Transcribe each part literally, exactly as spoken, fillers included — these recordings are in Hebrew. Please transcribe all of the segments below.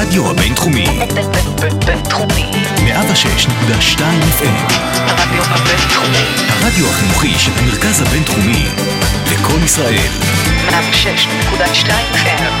הרדיו הבינתחומי. בינתחומי. מאה ושש נקודה שתיים אף אם. הרדיו הבינתחומי. הרדיו החינוכי של המרכז הבינתחומי. לקול ישראל. מאה ושש נקודה שתיים אף אם.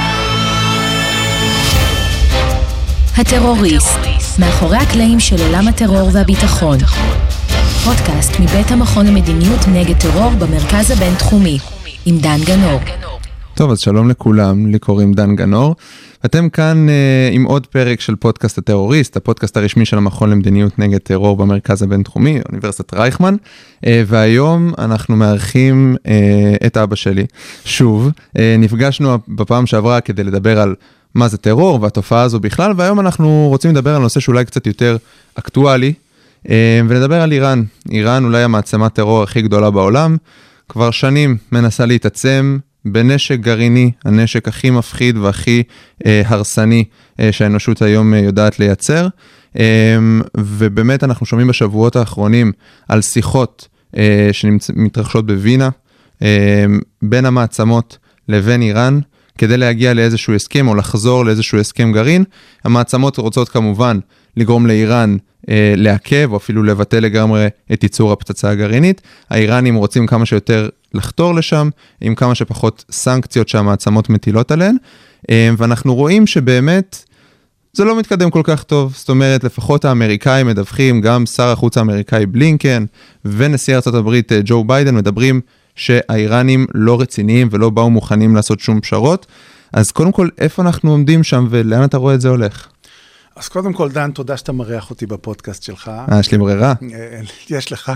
הטרוריסט, מאחורי הקלעים של עולם הטרור והביטחון. פודקאסט מבית המכון למדיניות נגד טרור במרכז הבינתחומי, עם דן גנור. טוב, אז שלום לכולם, לי קוראים דן גנור. אתם כאן אה, עם עוד פרק של פודקאסט הטרוריסט, הפודקאסט הרשמי של המכון למדיניות נגד טרור במרכז הבינתחומי, אוניברסיטת רייכמן, אה, והיום אנחנו מארחים אה, את אבא שלי. שוב, אה, נפגשנו בפעם שעברה כדי לדבר על מה זה טרור והתופעה הזו בכלל, והיום אנחנו רוצים לדבר על נושא שאולי קצת יותר אקטואלי, אה, ולדבר על איראן. איראן אולי המעצמת טרור הכי גדולה בעולם, כבר שנים מנסה להתעצם, בנשק גרעיני, הנשק הכי מפחיד והכי אה, הרסני אה, שהאנושות היום אה, יודעת לייצר. אה, ובאמת אנחנו שומעים בשבועות האחרונים על שיחות אה, שמתרחשות בווינה, אה, בין המעצמות לבין איראן, כדי להגיע לאיזשהו הסכם או לחזור לאיזשהו הסכם גרעין. המעצמות רוצות כמובן לגרום לאיראן אה, לעכב או אפילו לבטל לגמרי את ייצור הפצצה הגרעינית. האיראנים רוצים כמה שיותר לחתור לשם, עם כמה שפחות סנקציות שהמעצמות מטילות עליהן, ואנחנו רואים שבאמת זה לא מתקדם כל כך טוב. זאת אומרת, לפחות האמריקאים מדווחים, גם שר החוץ האמריקאי בלינקן ונשיא ארצות הברית ג'ו ביידן מדברים שהאיראנים לא רציניים ולא באו מוכנים לעשות שום פשרות. אז קודם כל, איפה אנחנו עומדים שם ולאן אתה רואה את זה הולך? אז קודם כל, דן, תודה שאתה מריח אותי בפודקאסט שלך. אה, יש לי ברירה. יש לך.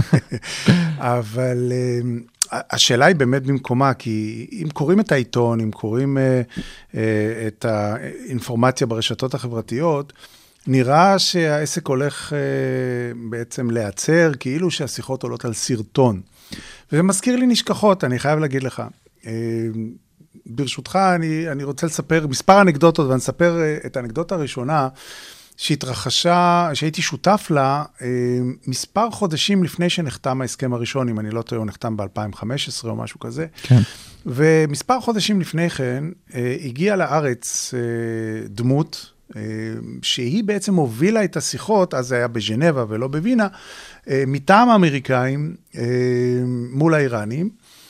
אבל השאלה היא באמת במקומה, כי אם קוראים את העיתון, אם קוראים את האינפורמציה ברשתות החברתיות, נראה שהעסק הולך בעצם להיעצר, כאילו שהשיחות עולות על סרטון. וזה מזכיר לי נשכחות, אני חייב להגיד לך. ברשותך, אני, אני רוצה לספר מספר אנקדוטות, ואני אספר את האנקדוטה הראשונה, שהתרחשה, שהייתי שותף לה, מספר חודשים לפני שנחתם ההסכם הראשון, אם אני לא טועה, הוא נחתם ב-אלפיים וחמש עשרה או משהו כזה. כן. ומספר חודשים לפני כן, הגיעה לארץ דמות, שהיא בעצם הובילה את השיחות, אז זה היה בז'נבה ולא בווינה, מטעם האמריקאים מול האיראנים,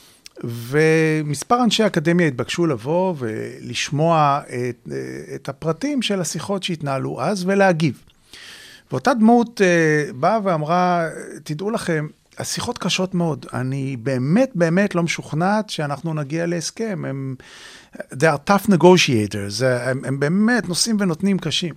ומספר אנשי האקדמיה התבקשו לבוא ולשמוע את, את הפרטים של השיחות שהתנהלו אז ולהגיב. ואותה דמות באה ואמרה, תדעו לכם, השיחות קשות מאוד, אני באמת באמת לא משוכנעת שאנחנו נגיע להסכם, הם, they are tough negotiators, הם, הם באמת נושאים ונותנים קשים.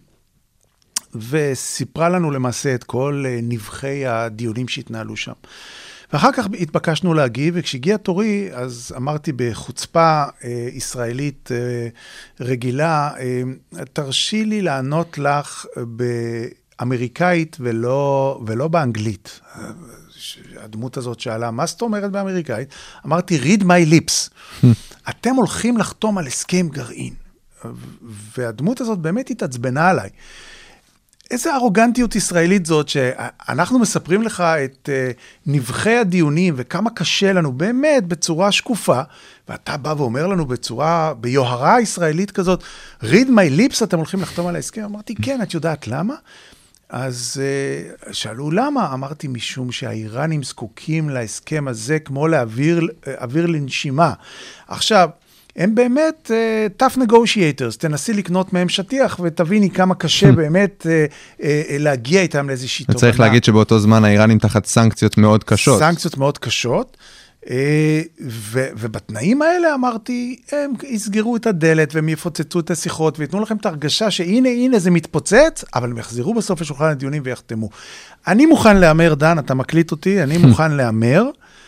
וסיפרה לנו למעשה את כל נבחי הדיונים שהתנהלו שם. ואחר כך התבקשנו להגיב, וכשהגיע תורי, אז אמרתי בחוצפה אה, ישראלית אה, רגילה, אה, תרשי לי לענות לך באמריקאית ולא, ולא באנגלית. הדמות הזאת שאלה, מה זאת אומרת באמריקאית? אמרתי, read my lips. אתם הולכים לחתום על הסכם גרעין. והדמות הזאת באמת התעצבנה עליי. איזה ארוגנטיות ישראלית זאת, שאנחנו מספרים לך את uh, נבחי הדיונים, וכמה קשה לנו באמת בצורה שקופה, ואתה בא ואומר לנו בצורה, ביוהרה ישראלית כזאת, read my lips, אתם הולכים לחתום על ההסכם? אמרתי, כן, את יודעת למה? אז uh, שאלו למה? אמרתי, משום שהאיראנים זקוקים להסכם הזה, כמו לאוויר, אוויר לנשימה. עכשיו, הם באמת uh, tough negotiators, תנסי לקנות מהם שטיח, ותביני כמה קשה באמת uh, uh, להגיע איתם לאיזושהי תובנה. צריך להגיד שבאותו זמן האיראנים תחת סנקציות מאוד קשות. סנקציות מאוד קשות, uh, ו- ובתנאים האלה אמרתי, הם יסגרו את הדלת, והם יפוצצו את השיחות, ויתנו לכם את הרגשה שהנה, הנה זה מתפוצץ, אבל הם יחזרו בסוף לשולחן הדיונים ויחתמו. אני מוכן לאמר, דן, אתה מקליט אותי, אני מוכן לאמר,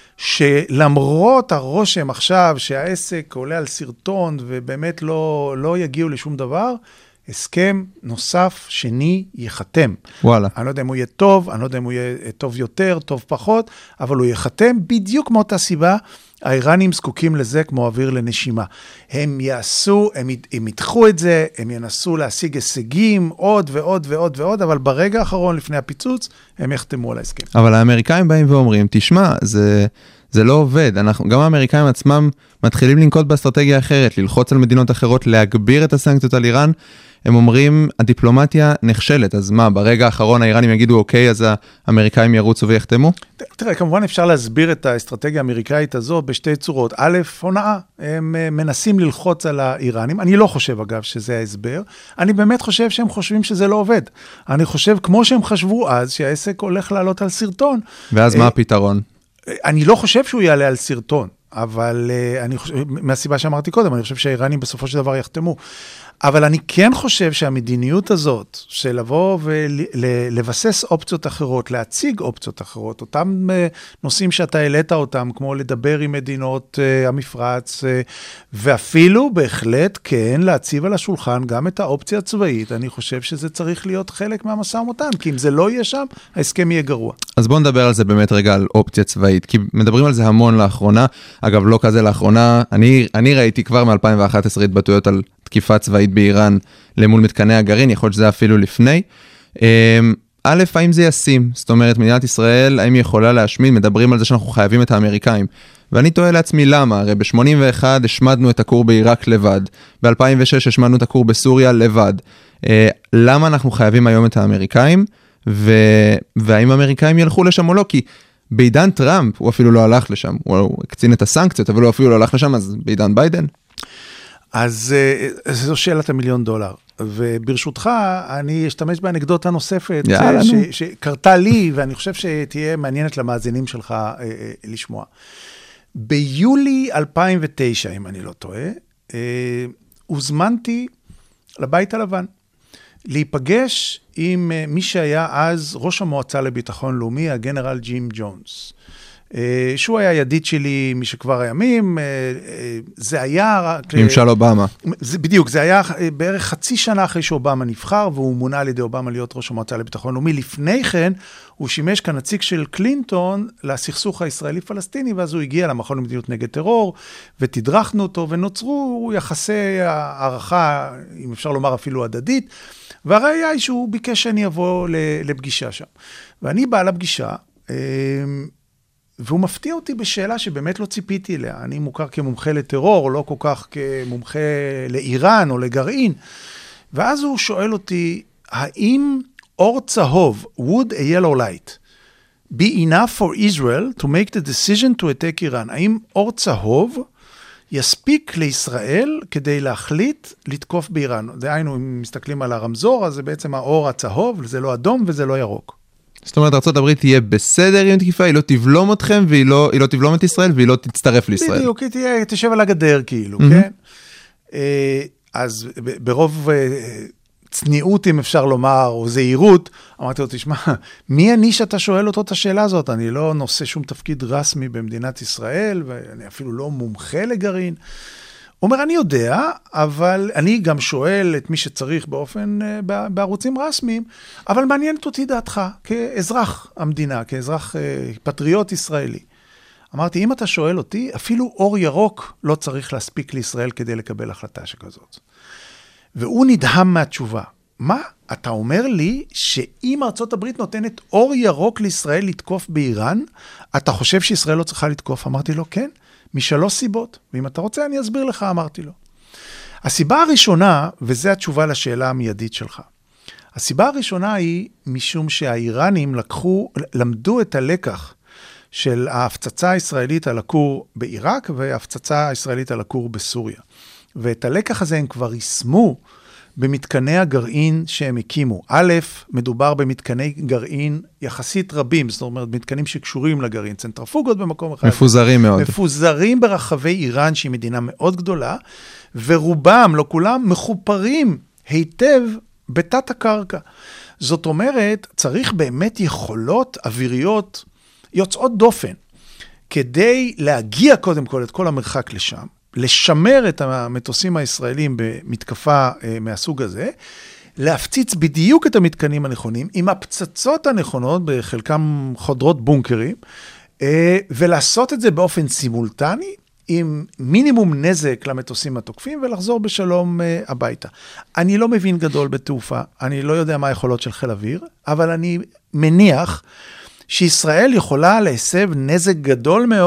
שלמרות הרושם עכשיו שהעסק עולה על סרטון ובאמת לא, לא יגיעו לשום דבר, הסכם נוסף שני יחתם. וואלה. אני לא יודע אם הוא יהיה טוב, אני לא יודע אם הוא יהיה טוב יותר, טוב פחות, אבל הוא יחתם בדיוק מאותה סיבה, האיראנים זקוקים לזה כמו אוויר לנשימה. הם יעשו, הם, הם ידחו את זה, הם ינסו להשיג הישגים עוד ועוד ועוד ועוד, אבל ברגע האחרון לפני הפיצוץ, הם יחתמו על ההסכם. אבל האמריקאים באים ואומרים, תשמע, זה, זה לא עובד. אנחנו, גם האמריקאים עצמם מתחילים לנקוט באסטרטגיה אחרת, ללחוץ על מדינות אחרות, להגביר את הסנקציות על איראן, הם אומרים, הדיפלומטיה נכשלת, אז מה, ברגע האחרון האיראנים יגידו, אוקיי, אז האמריקאים ירוצו ויחתמו? תראה, כמובן אפשר להסביר את האסטרטגיה האמריקאית הזו בשתי צורות. א', הונאה, הם מנסים ללחוץ על האיראנים. אני לא חושב, אגב, שזה ההסבר. אני באמת חושב שהם חושבים שזה לא עובד. אני חושב, כמו שהם חשבו אז, שהעסק הולך לעלות על סרטון. ואז מה הפתרון? אני לא חושב שהוא יעלה על סרטון, אבל אני חושב, מהסיבה שאמרתי קודם, אני חושב שהאיראנים בסופו של דבר יחתמו. אבל אני כן חושב שהמדיניות הזאת, של לבוא ולבסס אופציות אחרות, להציג אופציות אחרות, אותם נושאים שאתה העלית אותם, כמו לדבר עם מדינות המפרץ, ואפילו בהחלט כן להציב על השולחן גם את האופציה הצבאית, אני חושב שזה צריך להיות חלק מהמשא ומתן, כי אם זה לא יהיה שם, ההסכם יהיה גרוע. אז בואו נדבר על זה באמת רגע על אופציה צבאית, כי מדברים על זה המון לאחרונה, אגב לא כזה לאחרונה, אני, אני ראיתי כבר מ-אלפיים ואחת עשרה התבטאויות על תקיפה צבאית באיראן למול מתקני הגרעין, יכול להיות שזה אפילו לפני. א', האם זה ישים? זאת אומרת, מדינת ישראל, האם היא יכולה להשמיד? מדברים על זה שאנחנו חייבים את האמריקאים. ואני תוהה לעצמי למה, הרי ב-שמונים ואחת השמדנו את הכור בעיראק לבד, ב-אלפיים ושש השמדנו את הכור בסוריה לבד. למה אנחנו חייבים היום את האמריקאים? ו... והאם האמריקאים ילכו לשם או לא? כי בעידן טראמפ הוא אפילו לא הלך לשם, הוא הקצין את הסנקציות, אבל הוא אפילו לא הלך לשם, אז בעידן ביידן? אז זו שאלת המיליון דולר, וברשותך אני אשתמש באנקדוטה נוספת ש- שקרתה לי, ואני חושב שתהיה מעניינת למאזינים שלך אה, אה, לשמוע. ביולי אלפיים ותשע, אם אני לא טועה, אה, הוזמנתי לבית הלבן, להיפגש עם אה, מי שהיה אז ראש המועצה לביטחון לאומי, הגנרל ג'ים ג'ונס. שהוא היה ידיד שלי משכבר הימים, זה היה... ממשל אובמה. זה, בדיוק, זה היה בערך חצי שנה אחרי שאובמה נבחר, והוא מונה על ידי אובמה להיות ראש המועצה לביטחון לאומי. לפני כן, הוא שימש כנציג של קלינטון לסכסוך הישראלי-פלסטיני, ואז הוא הגיע למכון למדיניות נגד טרור, ותדרכנו אותו, ונוצרו יחסי הערכה, אם אפשר לומר אפילו הדדית, והראיה היא שהוא ביקש שאני אבוא לפגישה שם. ואני בא לפגישה, והוא מפתיע אותי בשאלה שבאמת לא ציפיתי אליה. אני מוכר כמומחה לטרור, לא כל כך כמומחה לאיראן או לגרעין. ואז הוא שואל אותי, האם אור צהוב, would a yellow light, be enough for Israel to make the decision to attack Iran? האם אור צהוב יספיק לישראל כדי להחליט לתקוף באיראן? דהיינו, אם מסתכלים על הרמזור, אז זה בעצם האור הצהוב, זה לא אדום וזה לא ירוק. זאת אומרת, ארצות הברית תהיה בסדר עם תקיפה, היא לא תבלום אתכם, והיא לא, היא לא תבלום את ישראל, והיא לא תצטרף לישראל. בדיוק, היא תהיה, תשב על הגדר כאילו, כן? אז ברוב צניעות, אם אפשר לומר, או זהירות, אמרתי לו, תשמע, מי אני שאתה שואל אותו את השאלה הזאת? אני לא נושא שום תפקיד רסמי במדינת ישראל, ואני אפילו לא מומחה לגרעין. הוא אומר, אני יודע, אבל אני גם שואל את מי שצריך באופן, בערוצים רסמיים, אבל מעניינת אותי דעתך, כאזרח המדינה, כאזרח פטריוט ישראלי. אמרתי, אם אתה שואל אותי, אפילו אור ירוק לא צריך להספיק לישראל כדי לקבל החלטה שכזאת. והוא נדהם מהתשובה. מה? אתה אומר לי שאם ארצות הברית נותנת אור ירוק לישראל לתקוף באיראן, אתה חושב שישראל לא צריכה לתקוף? אמרתי לו, כן. משלוש סיבות, ואם אתה רוצה אני אסביר לך, אמרתי לו. הסיבה הראשונה, וזו התשובה לשאלה המיידית שלך, הסיבה הראשונה היא משום שהאיראנים לקחו, למדו את הלקח של ההפצצה הישראלית על הכור בעיראק, וההפצצה הישראלית על הכור בסוריה. ואת הלקח הזה הם כבר יישמו במתקני הגרעין שהם הקימו. א', מדובר במתקני גרעין יחסית רבים, זאת אומרת, מתקנים שקשורים לגרעין, צנטרפוגות במקום אחד. מפוזרים מאוד. מפוזרים ברחבי איראן, שהיא מדינה מאוד גדולה, ורובם, לא כולם, מחופרים היטב בתת הקרקע. זאת אומרת, צריך באמת יכולות אוויריות יוצאות דופן, כדי להגיע קודם כל את כל המרחק לשם, לשמר את המטוסים הישראלים במתקפה מהסוג הזה, להפציץ בדיוק את המתקנים הנכונים, עם הפצצות הנכונות, בחלקם חודרות בונקרים, ולעשות את זה באופן סימולטני, עם מינימום נזק למטוסים התוקפים, ולחזור בשלום הביתה. אני לא מבין גדול בתעופה, אני לא יודע מה היכולות של חיל אוויר, אבל אני מניח שישראל יכולה להסב נזק גדול מאוד,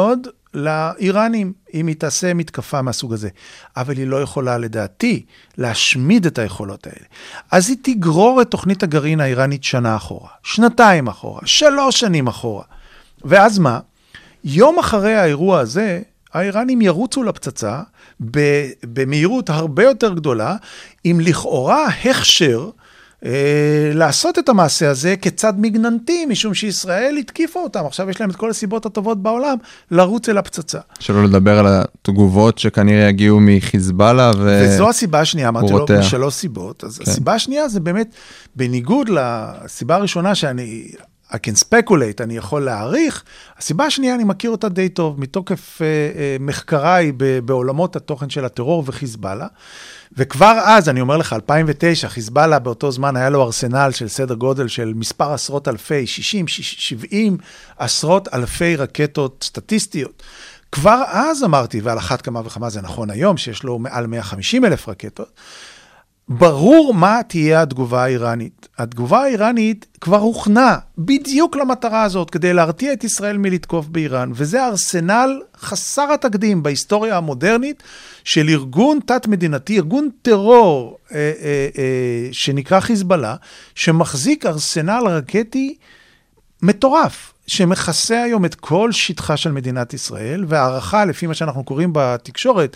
לאיראנים, אם היא תעשה מתקפה מהסוג הזה. אבל היא לא יכולה, לדעתי, להשמיד את היכולות האלה. אז היא תגרור את תוכנית הגרעין האיראנית שנה אחורה, שנתיים אחורה, שלוש שנים אחורה. ואז מה? יום אחרי האירוע הזה, האיראנים ירוצו לפצצה במהירות הרבה יותר גדולה, עם לכאורה הכשר אה, לעשות את המעשה הזה כצד מגננתי, משום שישראל התקיפה אותם. עכשיו יש להם את כל הסיבות הטובות בעולם לרוץ אל הפצצה. שלא לדבר על התגובות שכנראה יגיעו מחיזבאללה. ו... וזו הסיבה השנייה, אמרתי לו, בשלוש סיבות. אז כן. הסיבה השנייה זה באמת, בניגוד לסיבה הראשונה שאני... I can speculate, אני יכול להעריך. הסיבה השנייה, אני מכיר אותה די טוב, מתוקף אה, אה, מחקריי ב- בעולמות התוכן של הטרור וחיזבאללה. וכבר אז, אני אומר לך, אלפיים ותשע, חיזבאללה באותו זמן היה לו ארסנל של סדר גודל של מספר עשרות אלפי, שישים, שבעים עשרות אלפי רקטות סטטיסטיות. כבר אז אמרתי, ועל אחת כמה וכמה זה נכון היום, שיש לו מעל מאה וחמישים אלף רקטות, ברור מה תהיה התגובה האיראנית. התגובה האיראנית כבר הוכנה בדיוק למטרה הזאת, כדי להרתיע את ישראל מלתקוף באיראן, וזה ארסנל חסר התקדים בהיסטוריה המודרנית, של ארגון תת-מדינתי, ארגון טרור אה, אה, אה, שנקרא חיזבאללה, שמחזיק ארסנל רקטי מטורף, שמכסה היום את כל שטחה של מדינת ישראל, והערכה לפי מה שאנחנו קוראים בתקשורת,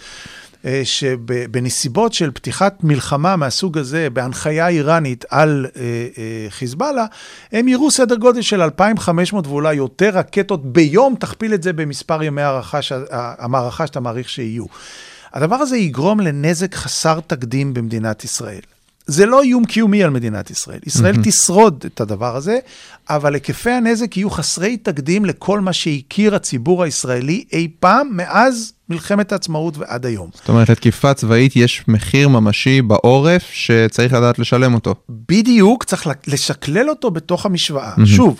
שבנסיבות של פתיחת מלחמה מהסוג הזה, בהנחיה איראנית על אה, אה, חיזבאללה, הם יראו סדר גודל של אלפיים וחמש מאות ואולי יותר רקטות ביום, תכפיל את זה במספר ימי הערכה, המערכה שאתה מעריך שיהיו. הדבר הזה יגרום לנזק חסר תקדים במדינת ישראל. זה לא איום קיומי על מדינת ישראל. ישראל תשרוד את הדבר הזה, אבל היקפי הנזק יהיו חסרי תקדים לכל מה שהכיר הציבור הישראלי אי פעם מאז מלחמת העצמאות ועד היום. זאת אומרת, לתקיפה צבאית יש מחיר ממשי בעורף שצריך לדעת לשלם אותו. בדיוק, צריך לשקלל אותו בתוך המשוואה. שוב,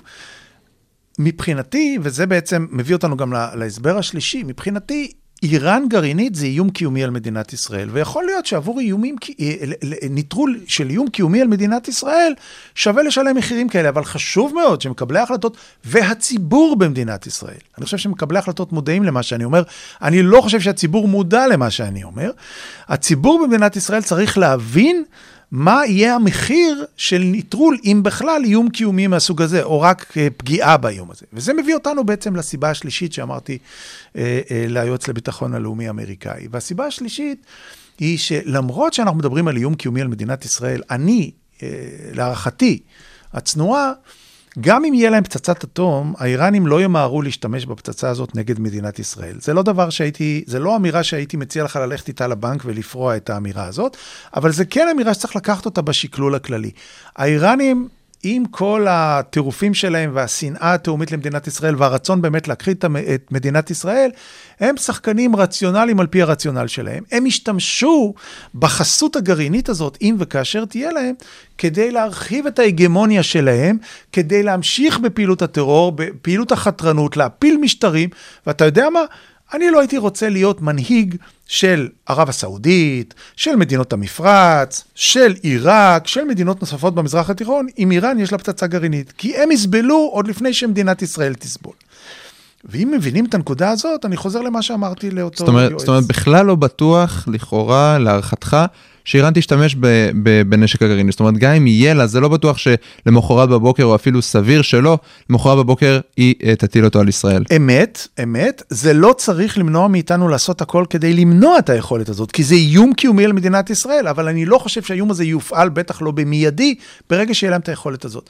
מבחינתי, וזה בעצם מביא אותנו גם להסבר השלישי, מבחינתי, איראן גרעינית זה איום קיומי על מדינת ישראל, ויכול להיות שעבור איומים, ניטרול של איום קיומי על מדינת ישראל, שווה לשלם מחירים כאלה, אבל חשוב מאוד שמקבלי ההחלטות והציבור במדינת ישראל, אני חושב שמקבלי ההחלטות מודעים למה שאני אומר, אני לא חושב שהציבור מודע למה שאני אומר, הציבור במדינת ישראל צריך להבין מה יהיה המחיר של ניטרול, אם בכלל איום קיומי מהסוג הזה, או רק פגיעה באיום הזה. וזה מביא אותנו בעצם לסיבה השלישית שאמרתי אה, אה, ליועץ לביטחון הלאומי האמריקאי. והסיבה השלישית היא שלמרות שאנחנו מדברים על איום קיומי על מדינת ישראל, אני, אה, להערכתי, הצנועה, גם אם יהיה להם פצצת אטום, האיראנים לא ימהרו להשתמש בפצצה הזאת נגד מדינת ישראל. זה לא דבר שהייתי, זה לא אמירה שהייתי מציע לך ללכת איתה לבנק ולפרוע את האמירה הזאת, אבל זה כן אמירה שצריך לקחת אותה בשקלול הכללי. האיראנים, עם כל הטירופים שלהם והשנאה התאומית למדינת ישראל והרצון באמת להכחיד את מדינת ישראל, הם שחקנים רציונליים על פי הרציונל שלהם. הם השתמשו בחסות הגרעינית הזאת, אם וכאשר תהיה להם, כדי להרחיב את ההגמוניה שלהם, כדי להמשיך בפעילות הטרור, בפעילות החתרנות, להפיל משטרים, ואתה יודע מה? אני לא הייתי רוצה להיות מנהיג של ערב הסעודית, של מדינות המפרץ, של עיראק, של מדינות נוספות במזרח התיכון, אם איראן יש לה פצצה גרעינית, כי הם יסבלו עוד לפני שמדינת ישראל תסבול. ואם מבינים את הנקודה הזאת, אני חוזר למה שאמרתי לאותו זאת אומרת, יועץ. זאת אומרת, בכלל לא בטוח, לכאורה, להערכתך, שאיראן תשתמש ב, ב, בנשק הגרעיני. זאת אומרת, גם אם יהיה לה, זה לא בטוח שלמחרת בבוקר, או אפילו סביר שלא, למחרת בבוקר היא תטיל אותו על ישראל. אמת, אמת. זה לא צריך למנוע מאיתנו לעשות הכל כדי למנוע את היכולת הזאת, כי זה איום קיומי על מדינת ישראל, אבל אני לא חושב שהאיום הזה יופעל, בטח לא במיידי, ברגע שיהיה להם את היכולת הזאת.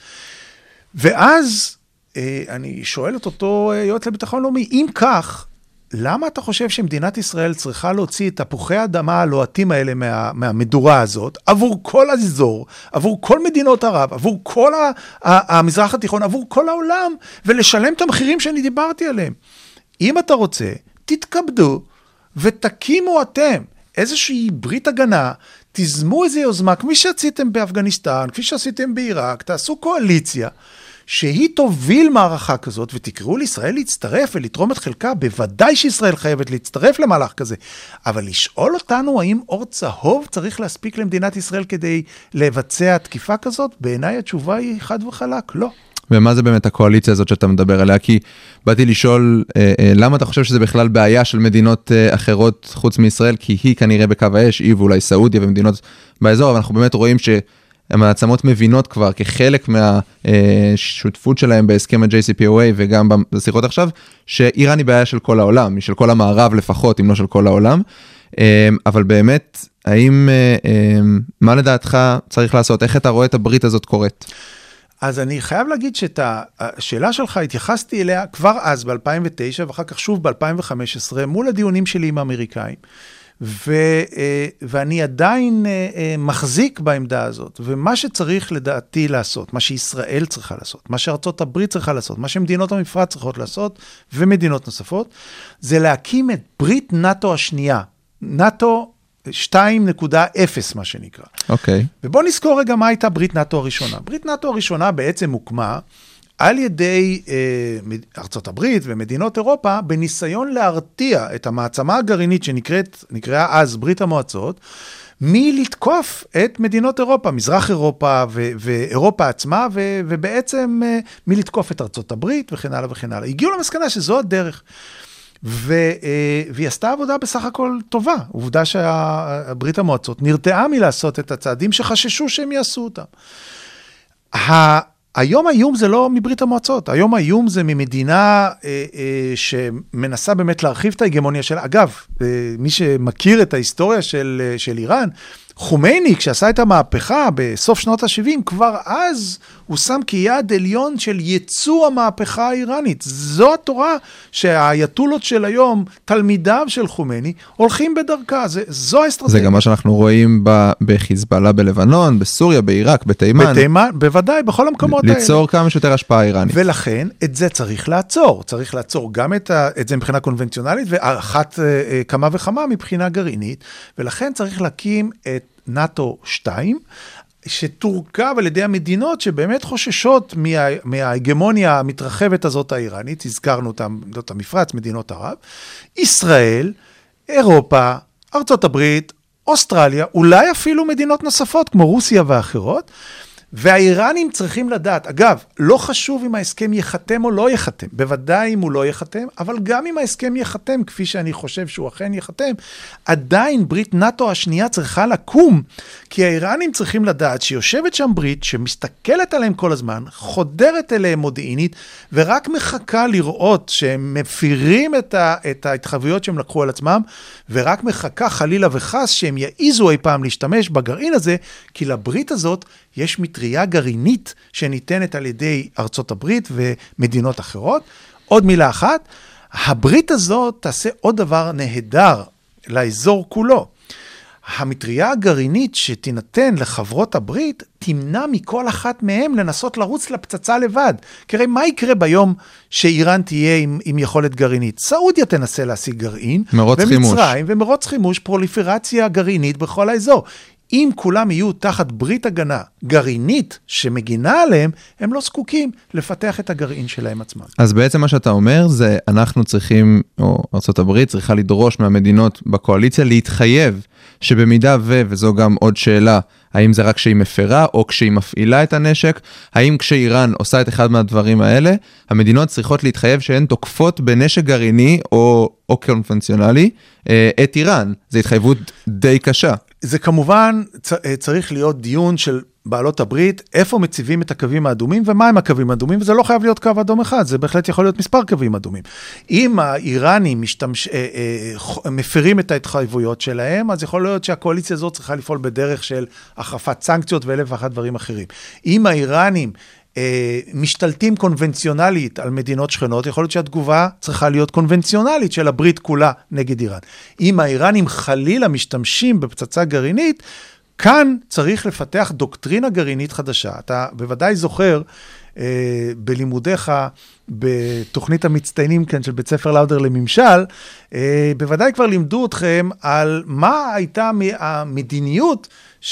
ואז, אני שואל את אותו יועץ לביטחון לאומי, אם כך, למה אתה חושב שמדינת ישראל צריכה להוציא את תפוחי האדמה הלוהטים האלה מה, מהמדורה הזאת, עבור כל האזור, עבור כל מדינות ערב, עבור כל ה, ה, המזרח התיכון, עבור כל העולם, ולשלם את המחירים שאני דיברתי עליהם? אם אתה רוצה, תתכבדו ותקימו אתם איזושהי ברית הגנה, תזמו איזו יוזמה, כפי שעשיתם באפגניסטן, כפי שעשיתם בעיראק, תעשו קואליציה, שהיא תוביל מערכה כזאת, ותקראו לישראל להצטרף ולתרום את חלקה, בוודאי שישראל חייבת להצטרף למהלך כזה, אבל לשאול אותנו האם אור צהוב צריך להספיק למדינת ישראל כדי לבצע תקיפה כזאת, בעיניי התשובה היא חד וחלק, לא. ומה זה באמת הקואליציה הזאת שאתה מדבר עליה? כי באתי לשאול, אה, אה, למה אתה חושב שזה בכלל בעיה של מדינות אה, אחרות חוץ מישראל? כי היא כנראה בקו האש, היא ואולי סעודיה ומדינות באזור, אבל אנחנו באמת רואים שהמעצמות מבינות כבר כחלק מהשותפות שלהם בהסכם ה-ג'יי סי פי או איי וגם בשיחות עכשיו, שאיראן היא בעיה של כל העולם, היא של כל המערב לפחות, אם לא של כל העולם. אה, אבל באמת, האם, אה, אה, מה לדעתך צריך לעשות? איך אתה רואה את הברית הזאת קורית? אז אני חייב להגיד שאת השאלה שלך התייחסתי אליה כבר אז ב-אלפיים ותשע, ואחר כך שוב ב-אלפיים וחמש עשרה, מול הדיונים שלי עם האמריקאים, ו, ואני עדיין מחזיק בעמדה הזאת, ומה שצריך לדעתי לעשות, מה שישראל צריכה לעשות, מה שארצות הברית צריכה לעשות, מה שמדינות המפרץ צריכות לעשות, ומדינות נוספות, זה להקים את ברית נאטו השנייה, נאטו שתיים נקודה אפס מה שנקרא. אוקיי. Okay. ובוא נזכור רגע מה הייתה ברית נאטו הראשונה. ברית נאטו הראשונה בעצם הוקמה על ידי אה, ארצות הברית ומדינות אירופה, בניסיון להרתיע את המעצמה הגרעינית שנקראת, נקראה אז ברית המועצות, מלתקוף את מדינות אירופה, מזרח אירופה ו- ואירופה עצמה, ו- ובעצם אה, מלתקוף את ארצות הברית וכן הלאה וכן הלאה. הגיעו למסקנה שזו הדרך. ו- והיא עשתה עבודה בסך הכל טובה. עובדה שהברית המועצות נרתעה מלעשות את הצעדים שחששו שהם יעשו אותם. ה- היום האיום זה לא מברית המועצות, היום האיום זה ממדינה אה, אה, שמנסה באמת להרחיב את ההגמוניה שלה. אגב, אה, מי שמכיר את ההיסטוריה של, של איראן, חומייני, כשעשה את המהפכה בסוף שנות ה-שבעים, כבר אז הוא שם כיעד עליון של ייצוא המהפכה האיראנית. זו התורה שהאייתולות של היום, תלמידיו של חומייני, הולכים בדרכה. זה, זו האסטרטגיה. זה גם מה שאנחנו רואים בחיזבאללה בלבנון, בסוריה, בעיראק, בתימן. בתימן, בוודאי, בכל המקומות האלה. ליצור כמה שיותר השפעה איראנית. ולכן, את זה צריך לעצור. צריך לעצור גם את, ה, את זה מבחינה קונבנציונלית, ואחת כמה וכמה מבחינה גרעינית, ולכן צריך להקים את נאטו שתיים, שתורכב על ידי המדינות שבאמת חוששות מה, מההגמוניה המתרחבת הזאת האיראנית, הזכרנו אותם, מדינות המפרץ, מדינות ערב, ישראל, אירופה, ארצות הברית, אוסטרליה, אולי אפילו מדינות נוספות כמו רוסיה ואחרות, והאיראנים צריכים לדעת, אגב, לא חשוב אם ההסכם יחתם או לא יחתם, בוודאי אם הוא לא יחתם, אבל גם אם ההסכם יחתם, כפי שאני חושב שהוא אכן יחתם, עדיין ברית נאטו השנייה צריכה לקום, כי האיראנים צריכים לדעת שיושבת שם ברית שמסתכלת עליהם כל הזמן, חודרת אליהם מודיעינית, ורק מחכה לראות שהם מפירים את, ה, את ההתחייבויות שהם לקחו על עצמם, ורק מחכה חלילה וחס שהם יעיזו אי פעם להשתמש בגרעין הזה, כי לברית הזאת יש מטריה גרעינית שניתנת על ידי ארצות הברית ומדינות אחרות. עוד מילה אחת, הברית הזאת תעשה עוד דבר נהדר לאזור כולו. המטריה הגרעינית שתינתן לחברות הברית, תמנע מכל אחת מהם לנסות לרוץ לפצצה לבד. כי הרי מה יקרה ביום שאיראן תהיה עם, עם יכולת גרעינית? סעודיה תנסה להשיג גרעין, מרוץ חימוש. ומצרים, ומרוץ חימוש, פרוליפרציה גרעינית בכל האזור. אם כולם יהיו תחת ברית הגנה גרעינית שמגינה עליהם, הם לא זקוקים לפתח את הגרעין שלהם עצמם. אז בעצם מה שאתה אומר זה, אנחנו צריכים, או ארצות הברית צריכה לדרוש מהמדינות בקואליציה להתחייב שבמידה ו, וזו גם עוד שאלה, האם זה רק כשהיא מפרה או כשהיא מפעילה את הנשק, האם כשאיראן עושה את אחד מהדברים האלה, המדינות צריכות להתחייב שהן תוקפות בנשק גרעיני או, או קונבנציונלי את איראן. זו התחייבות די קשה. זה כמובן צריך להיות דיון של בעלות הברית, איפה מציבים את הקווים האדומים ומה הם הקווים האדומים, וזה לא חייב להיות קו אדום אחד, זה בהחלט יכול להיות מספר קווים אדומים. אם האיראנים משתמש, אה, אה, מפרים את ההתחייבויות שלהם, אז יכול להיות שהקואליציה הזאת צריכה לפעול בדרך של החרפת סנקציות ואלף ואחת דברים אחרים. אם האיראנים אה, משתלטים קונבנציונלית על מדינות שכנות, יכול להיות שהתגובה צריכה להיות קונבנציונלית של הברית כולה נגד איראן. אם האיראנים חלילה משתמשים בפצצה גרעינית, כאן צריך לפתח דוקטרינה גרעינית חדשה. אתה בוודאי זוכר אה, בלימודיך בתוכנית המצטיינים כאן של בית ספר לאודר לממשל, אה, בוודאי כבר לימדו אתכם על מה הייתה המדיניות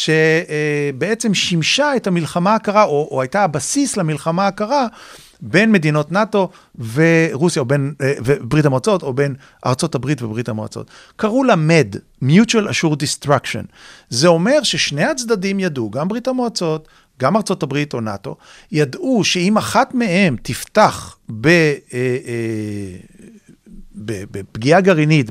שבעצם שימשה את המלחמה הקרה, או, או הייתה הבסיס למלחמה הקרה, בין מדינות נאטו ורוסיה, או בין, וברית המועצות, או בין ארצות הברית וברית המועצות. קראו לה מד, Mutual Assured Destruction. זה אומר ששני הצדדים ידעו, גם ברית המועצות, גם ארצות הברית או נאטו, ידעו שאם אחת מהם תפתח ב, אה, אה, בפגיעה גרעינית,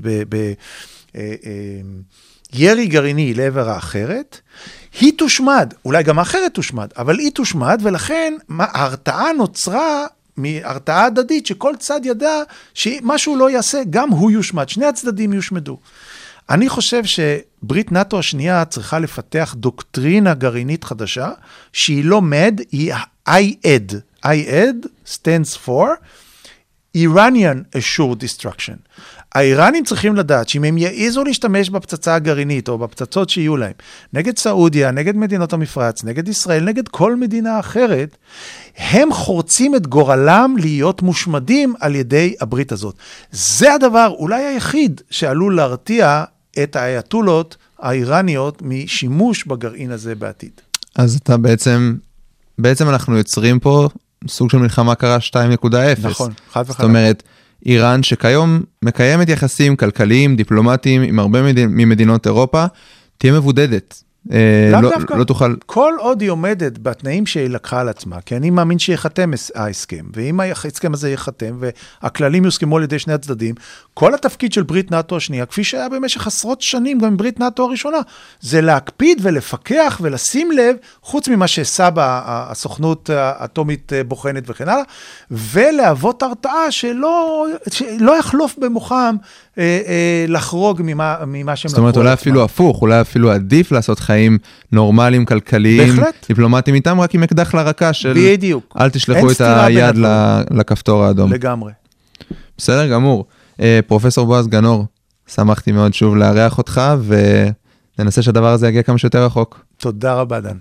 בירי גרעיני לעבר האחרת, היא תושמד, אולי גם האחרת תושמד, אבל היא תושמד, ולכן ההרתעה נוצרה מהרתעה הדדית, שכל צד ידע שמשהו לא יעשה, גם הוא יושמד, שני הצדדים יושמדו. אני חושב שברית נאטו השנייה צריכה לפתח דוקטרינה גרעינית חדשה, שהיא לא מד, היא איי אי די. איי אי די stands for Iranian Assured Destruction. האיראנים צריכים לדעת שאם הם יעיזו להשתמש בפצצה הגרעינית, או בפצצות שיהיו להם, נגד סעודיה, נגד מדינות המפרץ, נגד ישראל, נגד כל מדינה אחרת, הם חורצים את גורלם להיות מושמדים על ידי הברית הזאת. זה הדבר אולי היחיד שעלול להרתיע את האייתולות האיראניות משימוש בגרעין הזה בעתיד. אז אתה בעצם, בעצם אנחנו יוצרים פה סוג של מלחמה קרה שתיים נקודה אפס. נכון, חד וחלק. זאת אומרת, איראן שכיום מקיימת יחסים כלכליים, דיפלומטיים עם הרבה מד... ממדינות אירופה, תהיה מבודדת. לא, לא, דווקא, לא תוכל... כל עוד היא עומדת בתנאים שהיא לקחה על עצמה, כי אני מאמין שיחתם ההסכם, ואם ההסכם הזה יחתם, והכללים יוסכמו על ידי שני הצדדים, כל התפקיד של ברית נאטו השנייה, כפי שהיה במשך עשרות שנים, גם ברית נאטו הראשונה, זה להקפיד ולפקח ולשים לב, חוץ ממה שעשה הסוכנות האטומית בוחנת וכן הלאה, ולהוות הרתעה שלא, שלא יחלוף במוחם אה, אה, לחרוג ממה, ממה שהם... זאת אומרת, אולי אפילו הפוך, אולי אפילו עדיף לעשות חיים נורמליים, כלכליים, בהחלט. דיפלומטיים איתם, רק עם אקדח לרקה של... בדיוק. אל תשלחו את היד לכפתור האדום. לגמרי. בסדר גמור. פרופסור בועז גנור, שמחתי מאוד שוב לארח אותך, וננסה שהדבר הזה יגיע כמה שיותר רחוק. תודה רבה, דן.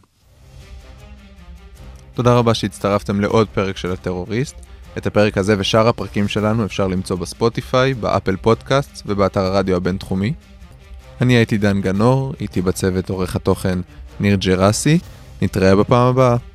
תודה רבה שהצטרפתם לעוד פרק של הטרוריסט. את הפרק הזה ושאר הפרקים שלנו אפשר למצוא בספוטיפיי, באפל פודקאסט ובאתר הרדיו הבינתחומי. אני הייתי דן גנור, איתי בצוות עורך התוכן ניר ג'רסי. נתראה בפעם הבאה.